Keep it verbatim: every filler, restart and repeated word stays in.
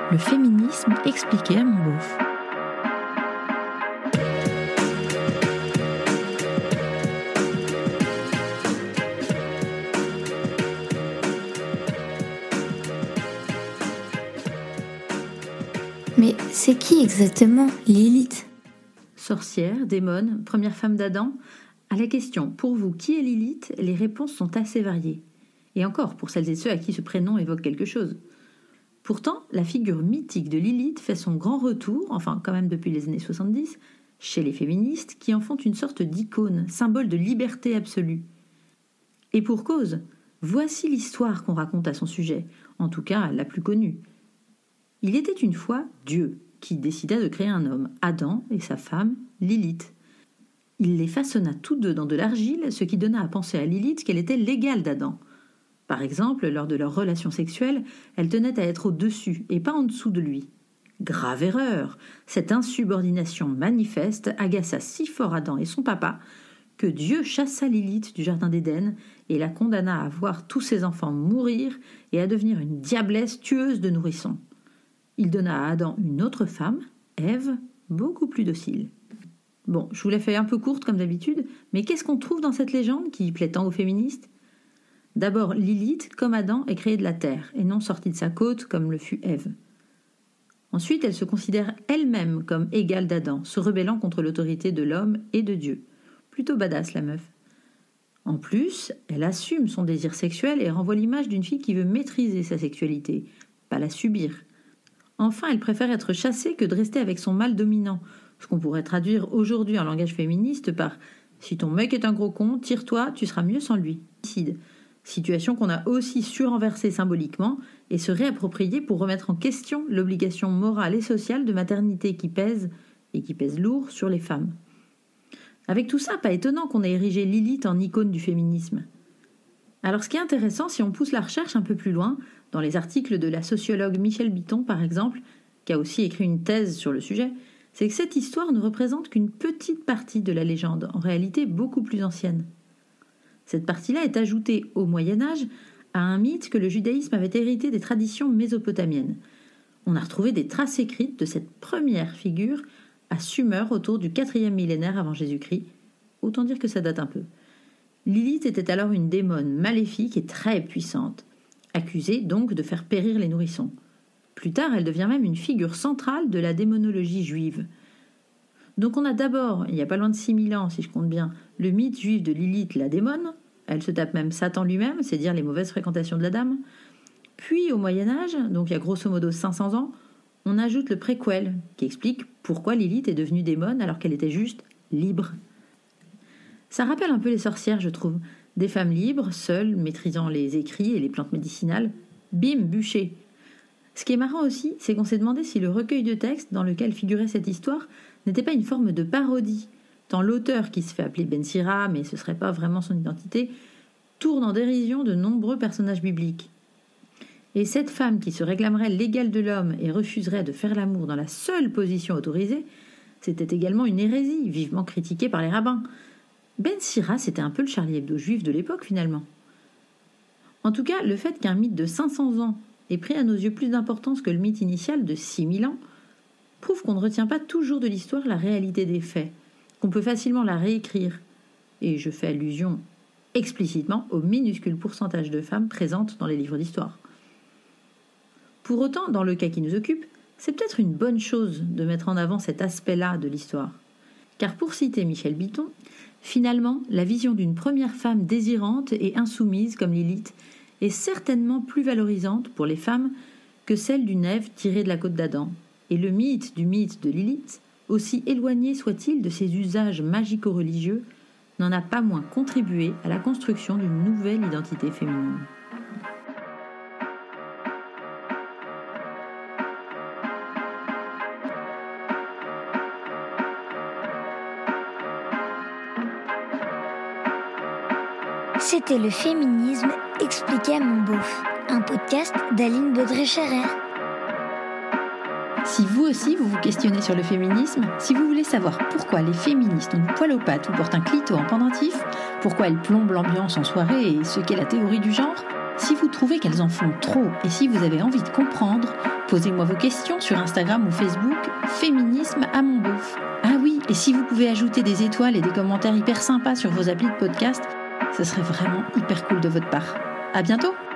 Le féminisme expliqué à mon beauf. Mais c'est qui exactement Lilith ? Sorcière, démone, première femme d'Adam. À la question « Pour vous, qui est Lilith ?», les réponses sont assez variées. Et encore, pour celles et ceux à qui ce prénom évoque quelque chose. Pourtant, la figure mythique de Lilith fait son grand retour, enfin quand même depuis les années soixante-dix, chez les féministes qui en font une sorte d'icône, symbole de liberté absolue. Et pour cause, voici l'histoire qu'on raconte à son sujet, en tout cas la plus connue. Il était une fois Dieu qui décida de créer un homme, Adam, et sa femme, Lilith. Il les façonna tous deux dans de l'argile, ce qui donna à penser à Lilith qu'elle était l'égale d'Adam. Par exemple, lors de leur relation sexuelle, elle tenait à être au-dessus et pas en dessous de lui. Grave erreur! Cette insubordination manifeste agaça si fort Adam et son papa que Dieu chassa Lilith du jardin d'Éden et la condamna à voir tous ses enfants mourir et à devenir une diablesse tueuse de nourrissons. Il donna à Adam une autre femme, Ève, beaucoup plus docile. Bon, je vous l'ai fait un peu courte comme d'habitude, mais qu'est-ce qu'on trouve dans cette légende qui plaît tant aux féministes ? D'abord, Lilith, comme Adam, est créée de la terre, et non sortie de sa côte comme le fut Ève. Ensuite, elle se considère elle-même comme égale d'Adam, se rebellant contre l'autorité de l'homme et de Dieu. Plutôt badass, la meuf. En plus, elle assume son désir sexuel et renvoie l'image d'une fille qui veut maîtriser sa sexualité, pas la subir. Enfin, elle préfère être chassée que de rester avec son mâle dominant, ce qu'on pourrait traduire aujourd'hui en langage féministe par « si ton mec est un gros con, tire-toi, tu seras mieux sans lui ». Situation qu'on a aussi su renverser symboliquement et se réapproprier pour remettre en question l'obligation morale et sociale de maternité qui pèse, et qui pèse lourd, sur les femmes. Avec tout ça, pas étonnant qu'on ait érigé Lilith en icône du féminisme. Alors ce qui est intéressant, si on pousse la recherche un peu plus loin, dans les articles de la sociologue Michèle Bitton par exemple, qui a aussi écrit une thèse sur le sujet, c'est que cette histoire ne représente qu'une petite partie de la légende, en réalité beaucoup plus ancienne. Cette partie-là est ajoutée au Moyen-Âge à un mythe que le judaïsme avait hérité des traditions mésopotamiennes. On a retrouvé des traces écrites de cette première figure à Sumer autour du quatrième millénaire avant Jésus-Christ. Autant dire que ça date un peu. Lilith était alors une démone maléfique et très puissante, accusée donc de faire périr les nourrissons. Plus tard, elle devient même une figure centrale de la démonologie juive. Donc on a d'abord, il n'y a pas loin de six mille ans si je compte bien, le mythe juif de Lilith la démone. Elle se tape même Satan lui-même, c'est dire les mauvaises fréquentations de la dame. Puis au Moyen-Âge, donc il y a grosso modo cinq cents ans, on ajoute le préquel qui explique pourquoi Lilith est devenue démone alors qu'elle était juste libre. Ça rappelle un peu les sorcières, je trouve. Des femmes libres, seules, maîtrisant les écrits et les plantes médicinales. Bim, bûcher. Ce qui est marrant aussi, c'est qu'on s'est demandé si le recueil de textes dans lequel figurait cette histoire n'était pas une forme de parodie, tant l'auteur, qui se fait appeler Ben Sira, mais ce ne serait pas vraiment son identité, tourne en dérision de nombreux personnages bibliques. Et cette femme qui se réclamerait l'égale de l'homme et refuserait de faire l'amour dans la seule position autorisée, c'était également une hérésie, vivement critiquée par les rabbins. Ben Sira, c'était un peu le Charlie Hebdo juif de l'époque, finalement. En tout cas, le fait qu'un mythe de cinq cents ans ait pris à nos yeux plus d'importance que le mythe initial de six mille ans prouve qu'on ne retient pas toujours de l'histoire la réalité des faits, qu'on peut facilement la réécrire. Et je fais allusion explicitement au minuscule pourcentage de femmes présentes dans les livres d'histoire. Pour autant, dans le cas qui nous occupe, c'est peut-être une bonne chose de mettre en avant cet aspect-là de l'histoire. Car pour citer Michèle Bitton, finalement, la vision d'une première femme désirante et insoumise comme Lilith est certainement plus valorisante pour les femmes que celle d'une Ève tirée de la côte d'Adam. Et le mythe du mythe de Lilith, aussi éloigné soit-il de ses usages magico-religieux, n'en a pas moins contribué à la construction d'une nouvelle identité féminine. C'était le féminisme expliqué à mon beauf, un podcast d'Aline Baudré-Scherer. Si vous aussi vous vous questionnez sur le féminisme, si vous voulez savoir pourquoi les féministes ont du poil aux pattes ou portent un clito en pendentif, pourquoi elles plombent l'ambiance en soirée et ce qu'est la théorie du genre, Si vous trouvez qu'elles en font trop et si vous avez envie de comprendre, posez-moi vos questions sur Instagram ou Facebook, Féminisme à mon beauf. Ah oui, et si vous pouvez ajouter des étoiles et des commentaires hyper sympas sur vos applis de podcast, ce serait vraiment hyper cool de votre part. À bientôt!